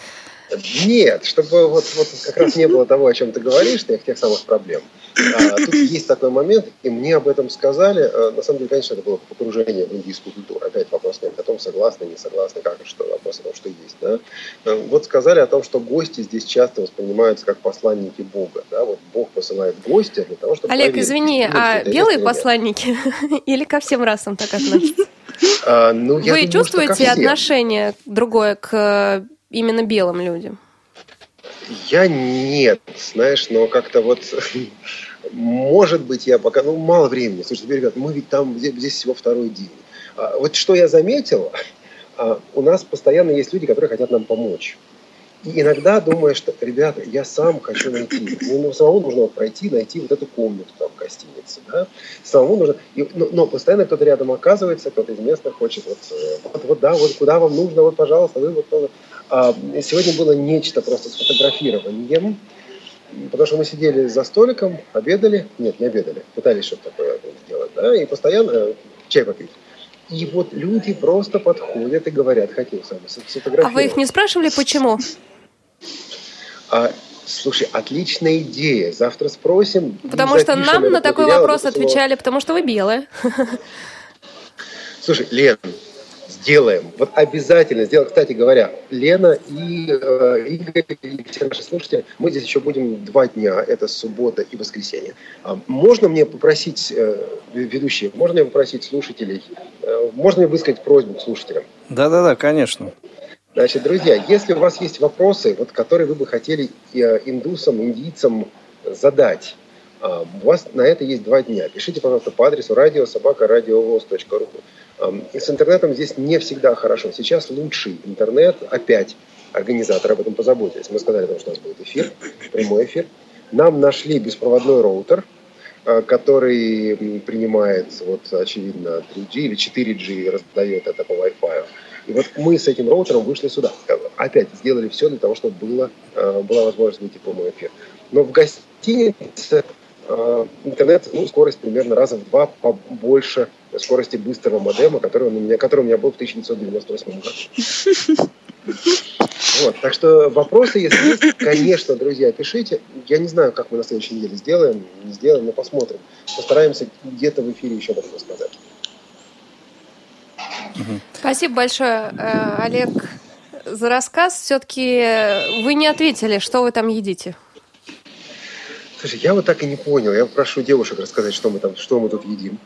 Нет, чтобы вот как раз не было того, о чем ты говоришь, тех самых проблем. Тут есть такой момент, и мне об этом сказали. На самом деле, конечно, это было погружение в индийскую культуру. Опять вопрос нет о том, согласны, не согласны, как и что, вопрос о том, что есть. Да? Вот сказали о том, что гости здесь часто воспринимаются как посланники Бога. Да? Вот Бог посылает гостя для того, чтобы... Олег, извини, а белые посланники или ко всем расам так относятся? Вы чувствуете отношение другое к именно белым людям? Я нет, знаешь, но как-то вот, может быть, я пока, мало времени. Слушайте, ребят, мы ведь там, здесь всего второй день. Вот что я заметил, у нас постоянно есть люди, которые хотят нам помочь. И иногда думаешь, что, ребята, я сам хочу найти. Самому нужно пройти, найти вот эту комнату там в гостинице. Да? Самому нужно. Но постоянно кто-то рядом оказывается, кто-то из местных хочет. Вот куда вам нужно, вот, пожалуйста, вы вот. Сегодня было нечто просто с фотографированием, потому что мы сидели за столиком, обедали. Нет, не обедали, пытались что-то такое сделать. Да? И постоянно чай попить. И вот люди просто подходят и говорят, хотим с вами сфотографировать. А вы их не спрашивали, почему? Слушай, отличная идея. Завтра спросим. Потому что нам на такой вопрос отвечали, потому что вы белая. Слушай, Лен, сделаем. Вот обязательно сделаем. Кстати говоря, Лена и Игорь, и все наши слушатели, мы здесь еще будем 2 дня. Это суббота и воскресенье. Можно мне попросить, ведущие, можно мне попросить слушателей, можно мне высказать просьбу к слушателям? Да, конечно. Значит, друзья, если у вас есть вопросы, которые вы бы хотели индусам, индийцам задать, у вас на это есть 2 дня. Пишите, пожалуйста, по адресу radio@radiovos.ru. И с интернетом здесь не всегда хорошо. Сейчас лучший интернет, опять организаторы об этом позаботились. Мы сказали, что у нас будет эфир, прямой эфир. Нам нашли беспроводной роутер, который принимает, очевидно, 3G или 4G и раздает это по Wi-Fi. И вот мы с этим роутером вышли сюда. Опять сделали все для того, чтобы была возможность выйти в прямой эфир. Но в гостинице интернет, скорость примерно раза в 2 побольше скорости быстрого модема, который у меня был в 1998 году. Так что вопросы, если есть, конечно, друзья, пишите. Я не знаю, как мы на следующей неделе сделаем, не сделаем, но посмотрим. Постараемся где-то в эфире еще об этом рассказать. Спасибо большое, Олег, за рассказ. Все-таки вы не ответили, что вы там едите. Слушай, я так и не понял. Я прошу девушек рассказать, что мы тут едим.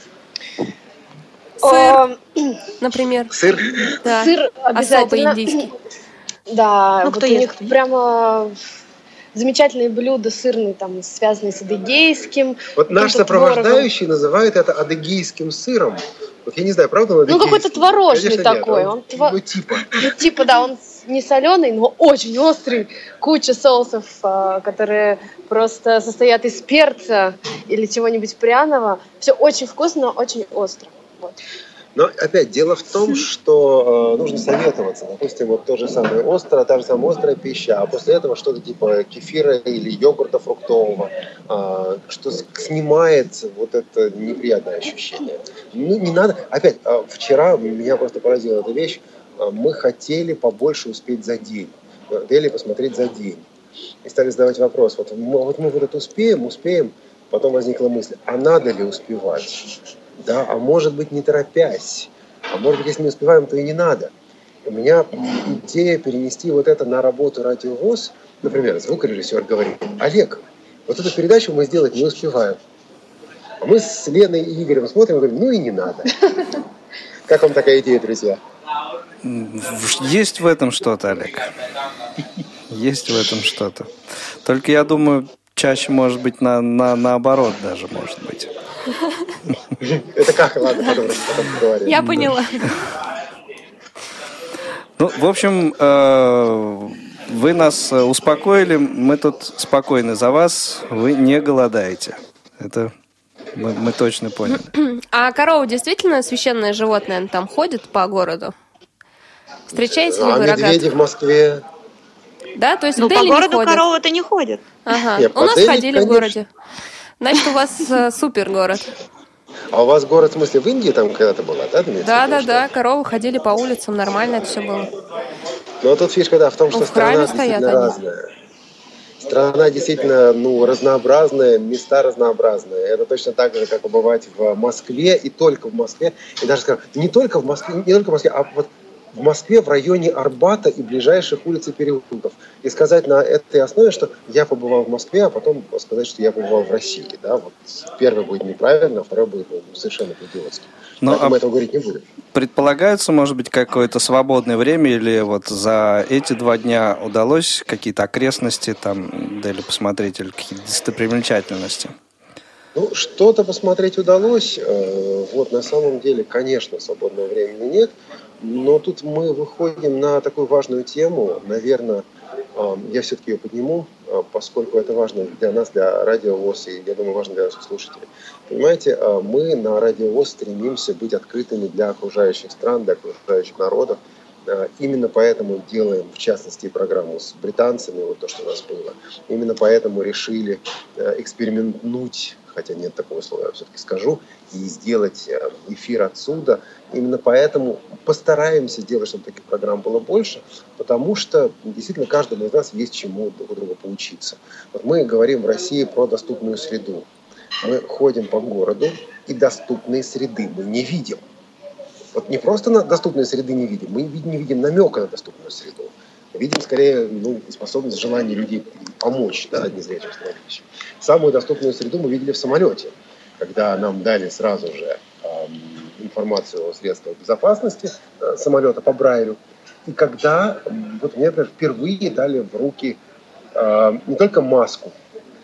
Сыр, например. Сыр? Да. Сыр обязательно. Особо индийский. Да, вот у них прямо замечательные блюда сырные, там, связанные с адыгейским. Вот наш сопровождающий называет это адыгейским сыром. Вот я не знаю, правда он адыгейский? Какой-то творожный. Конечно, такой. Нет, типа, да, он не соленый, но очень острый. Куча соусов, которые просто состоят из перца или чего-нибудь пряного. Все очень вкусно, но очень остро. Вот. Но опять дело в том, что нужно советоваться. Допустим, вот та же самая острая пища, а после этого что-то типа кефира или йогурта фруктового, что снимает вот это неприятное ощущение. Ну, не надо. Опять, вчера меня просто поразила эта вещь. Мы хотели побольше успеть за день. Дели посмотреть за день. И стали задавать вопрос. Вот мы вот это успеем. Потом возникла мысль, а надо ли успевать? Да, а может быть, не торопясь. А может быть, если не успеваем, то и не надо. У меня идея перенести вот это на работу Радио ВОС. Например, звукорежиссер говорит, Олег, вот эту передачу мы сделать не успеваем. А мы с Леной и Игорем смотрим и говорим, ну и не надо. Как вам такая идея, друзья? Есть в этом что-то, Олег. Есть в этом что-то. Только я думаю, чаще, может быть, наоборот даже, может быть. Это как? Ладно, потом поговорим. Я поняла. Ну, в общем, вы нас успокоили, мы тут спокойны за вас, вы не голодаете. Это мы точно поняли. А корова действительно священное животное там ходит по городу? Встречаете ли вы рогатых? Медведи в Москве. Да, то есть в Дели не ходят? По городу коровы-то не ходят. Ага. Нет, у нас Дели, ходили, конечно, в городе. Значит, у вас супер город. А у вас город, в смысле, в Индии там когда-то была, да? Да, коровы ходили по улицам, нормально это все было. Ну, а тут фишка, да, в том, что страна действительно разная. Страна действительно, разнообразная, места разнообразные. Это точно так же, как побывать в Москве и только в Москве. И даже, скажем, не только в Москве, а вот в Москве, в районе Арбата и ближайших улиц и переулков. И сказать на этой основе, что я побывал в Москве, а потом сказать, что я побывал в России. Да? Вот первое будет неправильно, а второе будет совершенно по-идиотски. Поэтому мы этого говорить не будем. Предполагается, может быть, какое-то свободное время, или вот за эти 2 дня удалось какие-то окрестности там, Дели посмотреть, или какие-то достопримечательности? Ну, что-то посмотреть удалось. Вот на самом деле, конечно, свободного времени нет. Но тут мы выходим на такую важную тему. Наверное, я все-таки ее подниму, поскольку это важно для нас, для Радио ВОС, и, я думаю, важно для наших слушателей. Понимаете, мы на Радио ВОС стремимся быть открытыми для окружающих стран, для окружающих народов. Именно поэтому делаем, в частности, программу с британцами, вот то, что у нас было. Именно поэтому решили экспериментнуть, хотя нет такого слова, я все-таки скажу, и сделать эфир отсюда. Именно поэтому постараемся сделать, чтобы таких программ было больше, потому что действительно каждому из нас есть чему друг у друга поучиться. Вот мы говорим в России про доступную среду. Мы ходим по городу, и доступные среды мы не видим. Вот не просто на доступные среды не видим, мы не видим намека на доступную среду. Мы видим скорее способность, желание людей помочь, да, незрячим товарищам. Самую доступную среду мы видели в самолете, когда нам дали сразу же информацию о средствах безопасности самолета по Брайлю. И когда вот мне, например, впервые дали в руки не только маску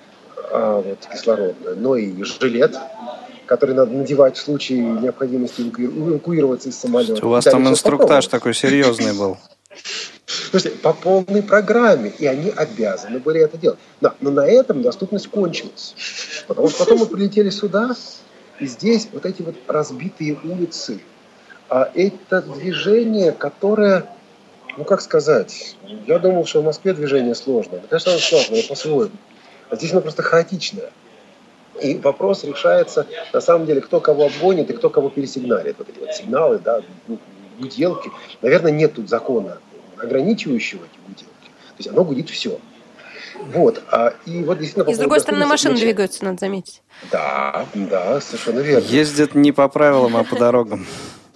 кислородную, но и жилет, который надо надевать в случае необходимости эвакуироваться из самолета. У вас там инструктаж такой серьезный был. Слушайте, по полной программе, и они обязаны были это делать. Но на этом доступность кончилась. Потому что потом мы прилетели сюда, и здесь вот эти вот разбитые улицы, это движение, которое, как сказать, я думал, что в Москве движение сложное. Конечно, оно сложное, по-своему. А здесь оно просто хаотичное. И вопрос решается, на самом деле, кто кого обгонит и кто кого пересигналит. Вот эти вот сигналы, да, гуделки. Наверное, нет тут закона, ограничивающего эти гуделки. То есть оно гудит все. Вот. И вот действительно... И с другой стороны, машины двигаются, надо заметить. Да, совершенно верно. Ездят не по правилам, а по дорогам.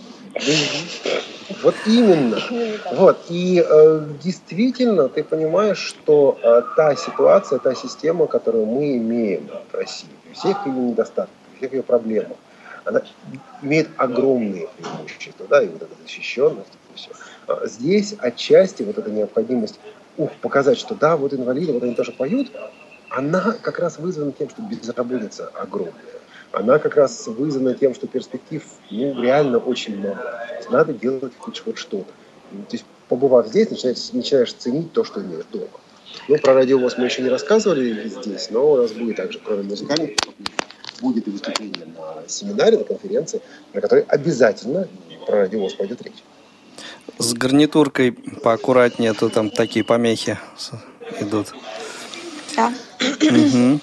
Вот именно. Вот. И действительно, ты понимаешь, что та ситуация, та система, которую мы имеем в России, при всех ее недостатках, при всех ее проблемах, она имеет огромные преимущества, да, и вот эта защищенность, и все. Здесь отчасти вот эта необходимость показать, что да, вот инвалиды, вот они тоже поют, она как раз вызвана тем, что безработица огромная. Она как раз вызвана тем, что перспектив реально очень много. Надо делать хоть что-то. То есть, побывав здесь, начинаешь ценить то, что имеешь дома. Про Радио ВОС мы еще не рассказывали здесь, но у нас будет также, кроме музыкальных, будет и выступление на семинаре, на конференции, на которой обязательно про Радио ВОС пойдет речь. С гарнитуркой поаккуратнее, а то там такие помехи идут. Да. Угу.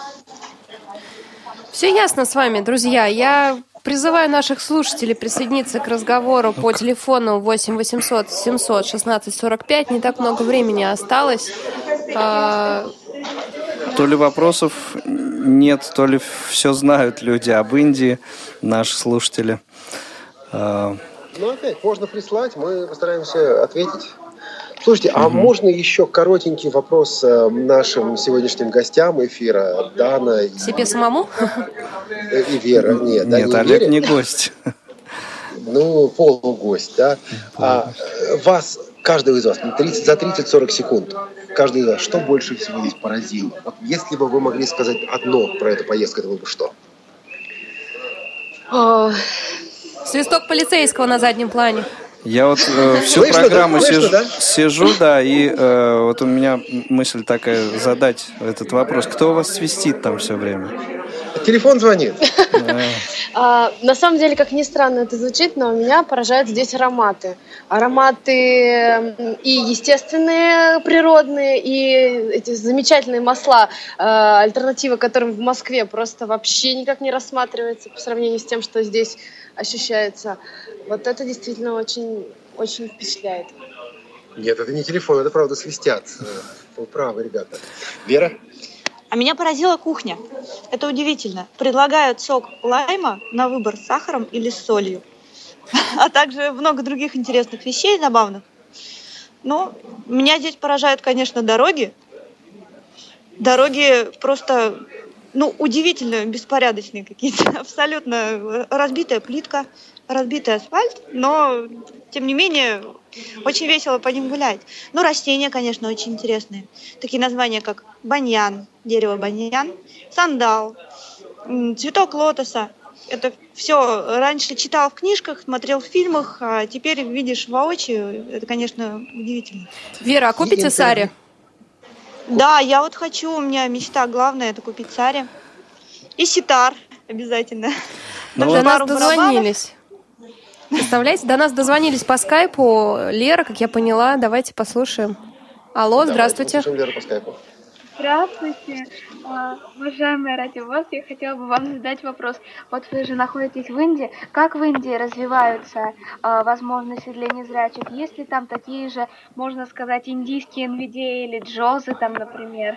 Все ясно с вами, друзья. Я призываю наших слушателей присоединиться к разговору по телефону 8 800 700 16 45. Не так много времени осталось. То ли вопросов нет, то ли все знают люди об Индии, наши слушатели. Ну, опять, можно прислать, мы постараемся ответить. Слушайте, а можно еще коротенький вопрос нашим сегодняшним гостям эфира, Дана и... Себе самому? И Вера. Нет, да, нет, Олег не гость. Ну, полугость, да. Вас, каждого из вас, за 30-40 секунд, каждый из вас, что больше всего здесь поразило? Вот если бы вы могли сказать одно про эту поездку, это было бы что? Свисток полицейского на заднем плане. Я вот всю Слышно, программу да? сижу, да, и вот у меня мысль такая задать этот вопрос. Кто у вас свистит там все время? Телефон звонит. На самом деле, как ни странно это звучит, но меня поражают здесь ароматы. Ароматы и естественные, природные, и эти замечательные масла, альтернатива которым в Москве просто вообще никак не рассматривается по сравнению с тем, что здесь ощущается. Вот это действительно очень, очень впечатляет. Нет, это не телефон, это правда свистят. Вы правы, ребята. Вера? А меня поразила кухня. Это удивительно. Предлагают сок лайма на выбор с сахаром или с солью. А также много других интересных вещей, забавных. Но меня здесь поражают, конечно, дороги. Дороги просто, удивительно беспорядочные какие-то. Абсолютно разбитая плитка, разбитый асфальт, но, тем не менее, очень весело по ним гулять. Растения, конечно, очень интересные. Такие названия, как баньян, дерево баньян, сандал, цветок лотоса. Это все раньше читал в книжках, смотрел в фильмах, а теперь видишь воочию. Это, конечно, удивительно. Вера, а купите сари? Да, я вот хочу, у меня мечта главная, это купить сари. И ситар обязательно. До нас дозвонились. Представляете, до нас дозвонились по скайпу. Лера, как я поняла, давайте послушаем. Алло, здравствуйте. Послушаем Леру по скайпу. Здравствуйте, уважаемая Радио ВОС. Я хотела бы вам задать вопрос. Вот вы же находитесь в Индии. Как в Индии развиваются возможности для незрячих? Есть ли там такие же, можно сказать, индийские NVIDIA или Джозы там, например?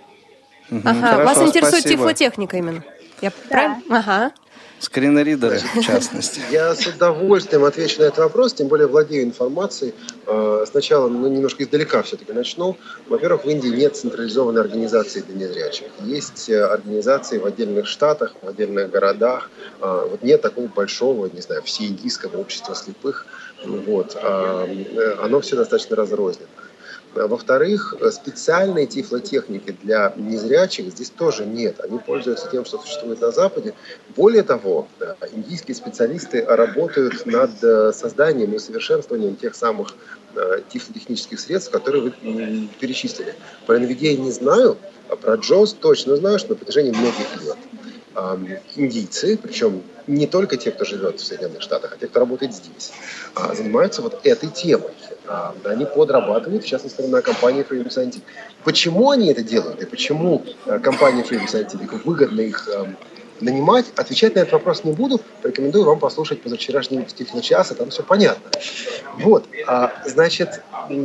Ага, вас интересует тифлотехника именно? Я правильно? Ага. Скринридеры, в частности. Я с удовольствием отвечу на этот вопрос, тем более владею информацией. Сначала немножко издалека все-таки начну. Во-первых, в Индии нет централизованной организации для незрячих. Есть организации в отдельных штатах, в отдельных городах. Вот нет такого большого, не знаю, всеиндийского общества слепых. Вот. Оно все достаточно разрознено. Во-вторых, специальной тифлотехники для незрячих здесь тоже нет. Они пользуются тем, что существует на Западе. Более того, индийские специалисты работают над созданием и совершенствованием тех самых тифлотехнических средств, которые вы перечислили. Про NVIDIA не знаю, а про JAWS точно знаю, что на протяжении многих лет индийцы, причем не только те, кто живет в Соединенных Штатах, а те, кто работает здесь, занимаются вот этой темой. Они подрабатывают, в частности, на компании Freedom Scientific. Почему они это делают и почему компании Freedom Scientific выгодно их нанимать, отвечать на этот вопрос не буду. Порекомендую вам послушать позавчерашний выпуск «Тифлочаса», там все понятно. Вот, значит,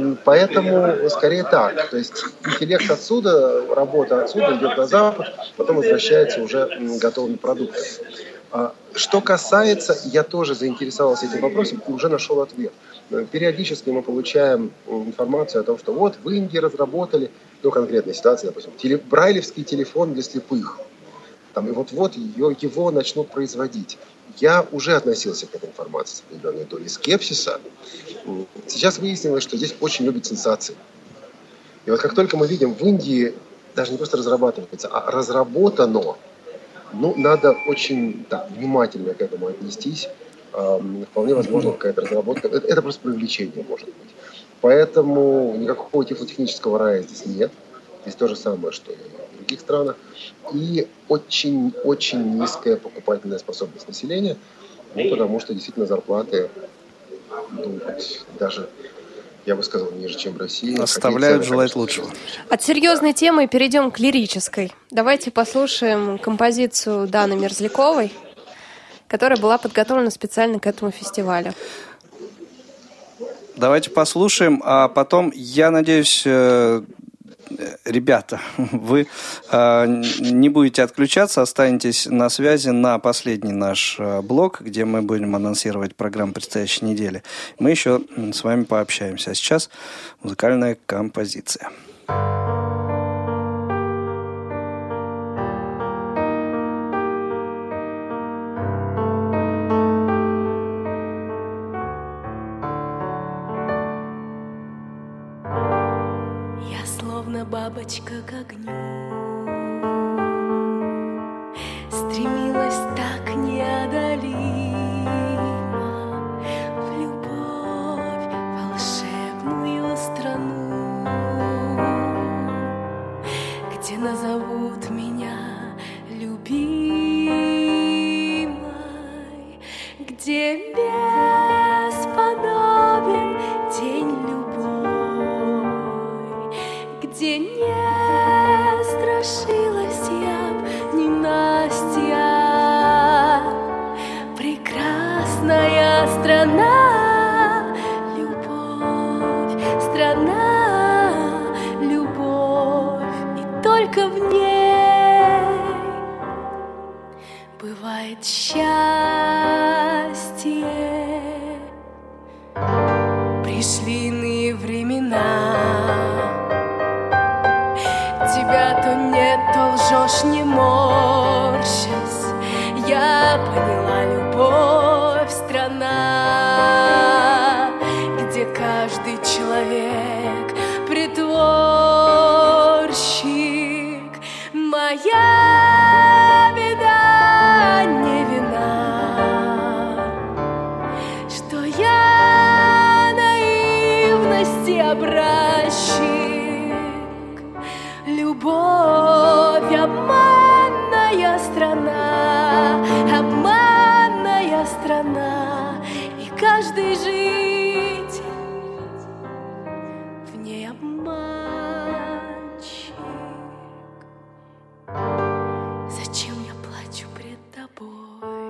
поэтому скорее так. То есть интеллект отсюда, работа отсюда идет на Запад, потом возвращается уже готовыми продуктами. Что касается, я тоже заинтересовался этим вопросом и уже нашел ответ. Периодически мы получаем информацию о том, что вот в Индии разработали, конкретная ситуация, допустим, брайлевский телефон для слепых. И вот-вот его начнут производить. Я уже относился к этой информации с определенной долей скепсиса. Сейчас выяснилось, что здесь очень любят сенсации. И вот как только мы видим в Индии, даже не просто разрабатывается, а разработано, надо очень внимательно к этому отнестись. Вполне возможно, какая-то разработка. Это просто привлечение, может быть. Поэтому никакого тифлотехнического рая здесь нет. Здесь то же самое, что и других странах, и очень-очень низкая покупательная способность населения, потому что действительно зарплаты даже, я бы сказал, ниже, чем в России. Оставляют желать лучшего. От серьезной темы перейдем к лирической. Давайте послушаем композицию Даны Мерзляковой, которая была подготовлена специально к этому фестивалю. Давайте послушаем, а потом, я надеюсь, ребята, вы не будете отключаться, останетесь на связи на последний наш блок, где мы будем анонсировать программу предстоящей недели. Мы еще с вами пообщаемся. А сейчас музыкальная композиция. Бабочка к огню стремилась так неодолимо в любовь, волшебную страну, где назовут меня любимой, где бесподобен день любой, где не страшилась я б ненастья. Прекрасная страна, любовь, страна, любовь, и только в ней бывает счастье. Пришли иные времена, тебя то нет, то лжешь, не морщась. Я поняла, любовь — страна, где каждый человек притворщик. Моя беда не вина, что я наивности образчик. Любовь — обманная страна, обманная страна, и каждый житель в ней обманщик. Зачем я плачу пред тобой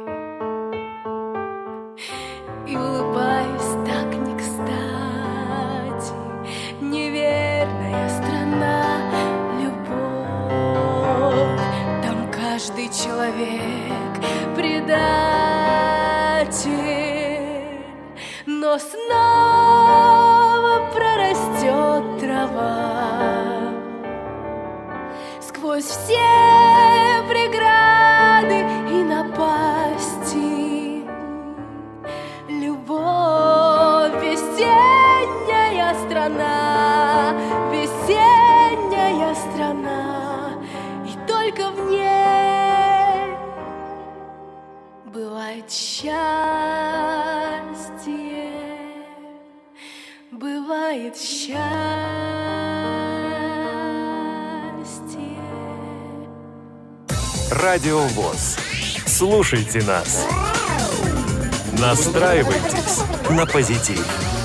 и улыбаюсь так не кстати? Неверная страна, любовь, там каждый человек предатель, но снова прорастет трава сквозь все преграды и напасти. Любовь — весенняя страна, весенняя страна, и только в ней бывает счастье, бывает счастье. Радио ВОС. Слушайте нас. Настраивайтесь на позитив.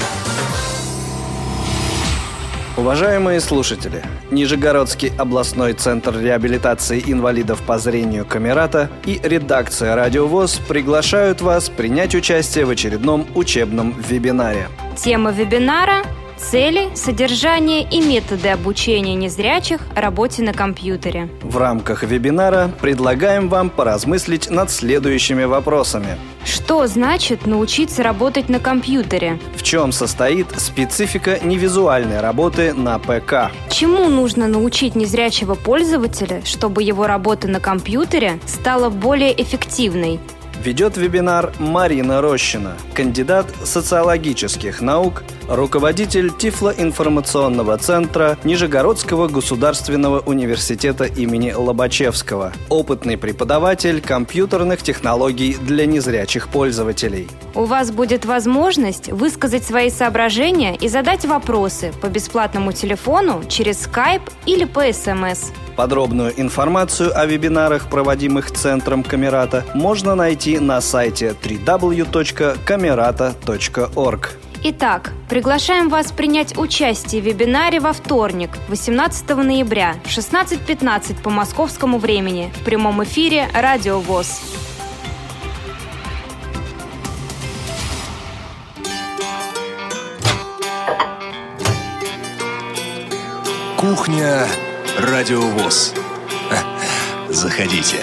Уважаемые слушатели, Нижегородский областной центр реабилитации инвалидов по зрению «Камерата» и редакция «Радио ВОС» приглашают вас принять участие в очередном учебном вебинаре. Тема вебинара – цели, содержание и методы обучения незрячих работе на компьютере. В рамках вебинара предлагаем вам поразмыслить над следующими вопросами. Что значит научиться работать на компьютере? В чем состоит специфика невизуальной работы на ПК? Чему нужно научить незрячего пользователя, чтобы его работа на компьютере стала более эффективной? Ведет вебинар Марина Рощина, кандидат социологических наук, руководитель Тифлоинформационного центра Нижегородского государственного университета имени Лобачевского, опытный преподаватель компьютерных технологий для незрячих пользователей. У вас будет возможность высказать свои соображения и задать вопросы по бесплатному телефону через Skype или по СМС. Подробную информацию о вебинарах, проводимых Центром Камерата, можно найти на сайте www.camerata.org. Итак, приглашаем вас принять участие в вебинаре во вторник, 18 ноября, в 16:15 по московскому времени, в прямом эфире Радио ВОС. Кухня Радио ВОС. Заходите.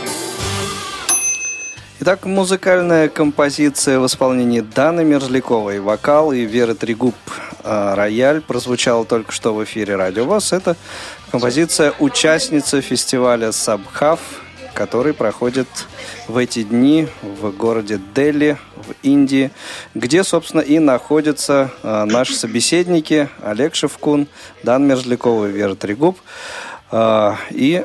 Итак, музыкальная композиция в исполнении Даны Мерзляковой, вокал, и Веры Трегуб, рояль, прозвучала только что в эфире Радио ВОС. Это композиция участницы фестиваля Сабхав, который проходит в эти дни в городе Дели, в Индии, где, собственно, и находятся наши собеседники Олег Шевкун, Дана Мерзлякова и Вера Трегуб. И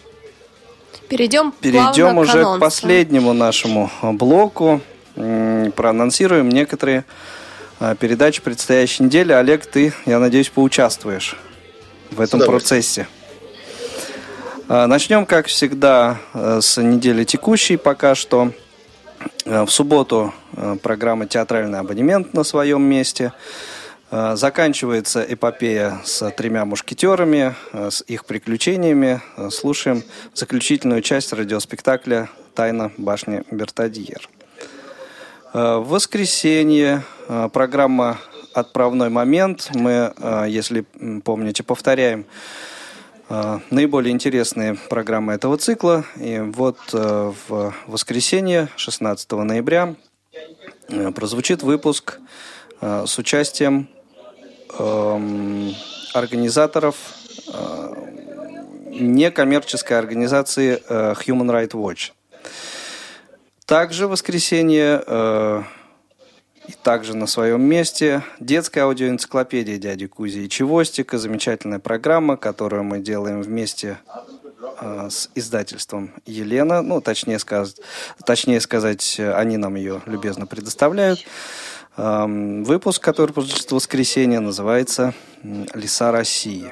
перейдем уже к последнему нашему блоку. Проанонсируем некоторые передачи предстоящей недели. Олег, ты, я надеюсь, поучаствуешь в этом процессе. Начнем, как всегда, с недели текущей. Пока что в субботу программа «Театральный абонемент» на своем месте. Заканчивается эпопея с «Тремя мушкетерами», с их приключениями. Слушаем заключительную часть радиоспектакля «Тайна башни Бертадьер». В воскресенье программа «Отправной момент». Мы, если помните, повторяем наиболее интересные программы этого цикла. И вот в воскресенье, 16 ноября, прозвучит выпуск с участием организаторов некоммерческой организации Human Rights Watch. Также в воскресенье и также на своем месте детская аудиоэнциклопедия дяди Кузи и Чевостика. Замечательная программа, которую мы делаем вместе с издательством «Елена». Ну, точнее сказать, они нам ее любезно предоставляют. Выпуск, который прозвучит в воскресенье, называется «Леса России».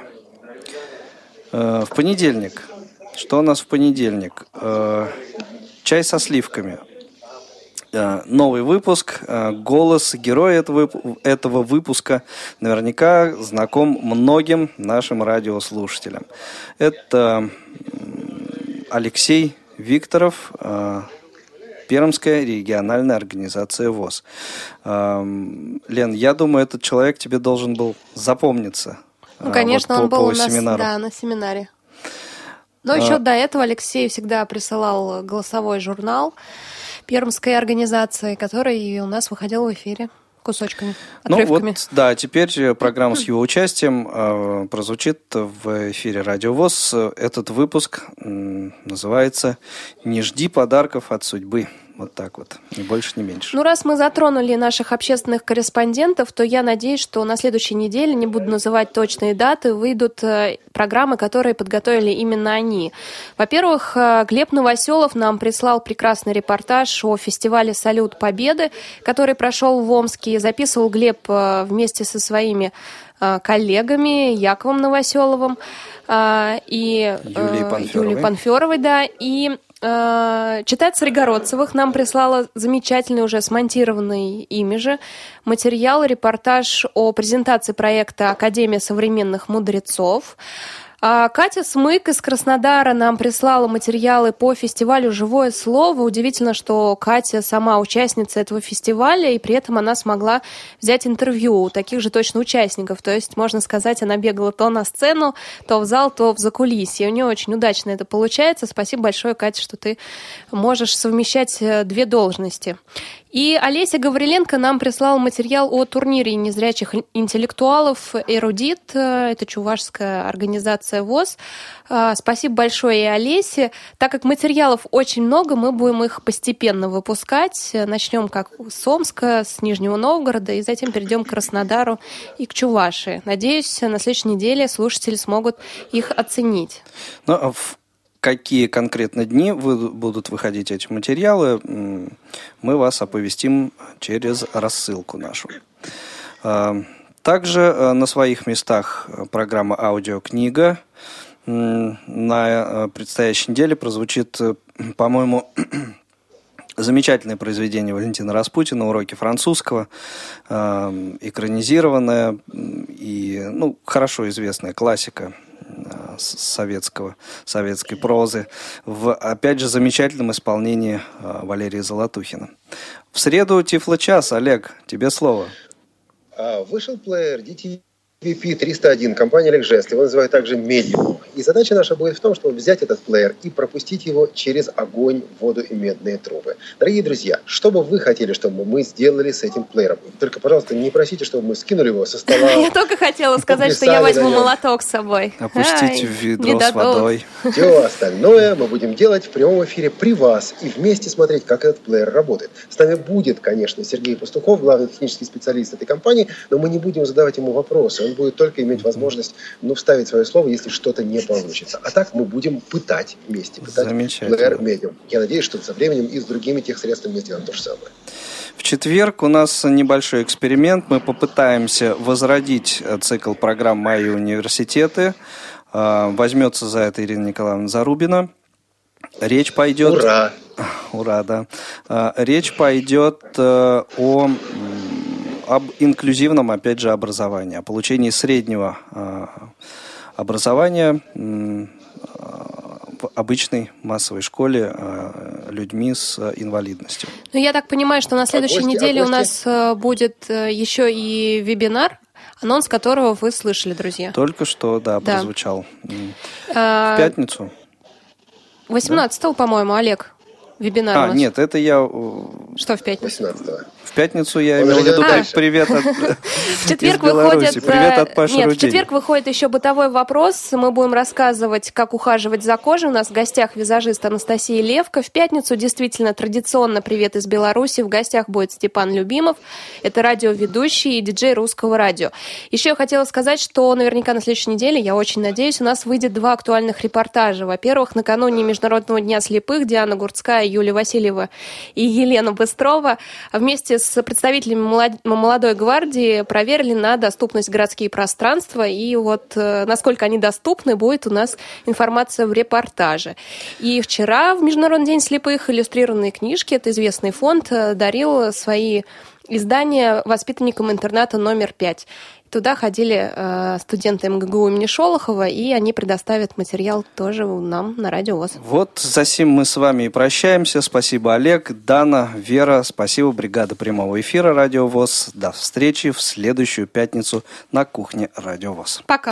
В понедельник. Что у нас в понедельник? Чай со сливками. Новый выпуск. Голос героя этого выпуска наверняка знаком многим нашим радиослушателям. Это Алексей Викторов, Пермская региональная организация ВОС. Лен, я думаю, этот человек тебе должен был запомниться. Ну, конечно, вот он был у нас, семинару. да, на семинаре. Но еще до этого Алексей всегда присылал голосовой журнал Пермской организации, который и у нас выходил в эфире кусочками, отрывками. Ну вот, да, теперь программа с его участием прозвучит в эфире Радио ВОС. Этот выпуск называется «Не жди подарков от судьбы». Вот так вот, ни больше, ни меньше. Ну, раз мы затронули наших общественных корреспондентов, то я надеюсь, что на следующей неделе, не буду называть точные даты, выйдут программы, которые подготовили именно они. Во-первых, Глеб Новоселов нам прислал прекрасный репортаж о фестивале «Салют Победы», который прошел в Омске. Записывал Глеб вместе со своими коллегами Яковом Новоселовым и Юлией Панферовой, да, и читать Царегородцевых нам прислала замечательный, уже смонтированный ими же материал, репортаж о презентации проекта «Академия современных мудрецов». Катя Смык из Краснодара нам прислала материалы по фестивалю «Живое слово». Удивительно, что Катя сама участница этого фестиваля, и при этом она смогла взять интервью у таких же точно участников. То есть, можно сказать, она бегала то на сцену, то в зал, то в закулисье. У нее очень удачно это получается. Спасибо большое, Катя, что ты можешь совмещать две должности. И Олеся Гавриленко нам прислала материал о турнире незрячих интеллектуалов «Эрудит». Это чувашская организация ВОС. Спасибо большое и Олесе. Так как материалов очень много, мы будем их постепенно выпускать. Начнем как с Омска, с Нижнего Новгорода, и затем перейдем к Краснодару и к Чувашии. Надеюсь, на следующей неделе слушатели смогут их оценить. Ну, а в какие конкретно дни будут выходить эти материалы, мы вас оповестим через рассылку нашу. Также на своих местах программа «Аудиокнига». На предстоящей неделе прозвучит, по-моему, замечательное произведение Валентина Распутина «Уроки французского», экранизированная и хорошо известная классика советской прозы в, опять же, замечательном исполнении Валерия Золотухина. В среду Тифло-час. Олег, тебе слово. Вышел плеер DTVP-301, компания Лекжест, его называют также Medium. И задача наша будет в том, чтобы взять этот плеер и пропустить его через огонь, воду и медные трубы. Дорогие друзья, что бы вы хотели, чтобы мы сделали с этим плеером? Только, пожалуйста, не просите, чтобы мы скинули его со стола. Я только хотела сказать, что я возьму молоток с собой. Опустить в ведро с водой. Все остальное мы будем делать в прямом эфире при вас и вместе смотреть, как этот плеер работает. С нами будет, конечно, Сергей Пастухов, главный технический специалист этой компании, но мы не будем задавать ему вопросы. Он будет только иметь возможность вставить свое слово, если что-то не получится. А так мы будем пытать вместе. Пытать плеер Medium. Я надеюсь, что со временем и с другими техсредствами мы сделаем то же самое. В четверг у нас небольшой эксперимент. Мы попытаемся возродить цикл программ «Мои университеты». Возьмется за это Ирина Николаевна Зарубина. Речь пойдет... Ура! Ура, да. Речь пойдет об инклюзивном, опять же, образовании, о получении среднего образования в обычной массовой школе людьми с инвалидностью. Я так понимаю, что на следующей неделе у нас будет еще и вебинар, анонс которого вы слышали, друзья. Только что, да, прозвучал. В пятницу. 18-го, по-моему, Олег. Вебинар у нас. Нет, это я... Что в пятницу? 18-го. В пятницу я имел в виду привет от в четверг выходит... Привет от Паши Нет, в четверг выходит еще бытовой вопрос. Мы будем рассказывать, как ухаживать за кожей. У нас в гостях визажист Анастасия Левко. В пятницу действительно традиционно привет из Беларуси. В гостях будет Степан Любимов. Это радиоведущий и диджей Русского радио. Еще я хотела сказать, что наверняка на следующей неделе, я очень надеюсь, у нас выйдет 2 актуальных репортажа. Во-первых, накануне Международного дня слепых Диана Гурцкая, Юлия Васильева и Елена Быстрова вместе с представителями молодой гвардии проверили на доступность городские пространства. И вот насколько они доступны, будет у нас информация в репортаже. И вчера в Международный день слепых иллюстрированные книжки, это известный фонд, дарил свои издания воспитанникам интерната номер 5. Туда ходили студенты МГГУ имени Шолохова, и они предоставят материал тоже нам на Радио ВОС. Вот за сим мы с вами и прощаемся. Спасибо, Олег, Дана, Вера. Спасибо, бригада прямого эфира Радио ВОС. До встречи в следующую пятницу на кухне Радио ВОС. Пока.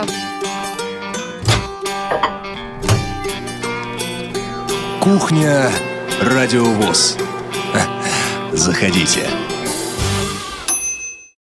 Кухня Радио ВОС. Заходите.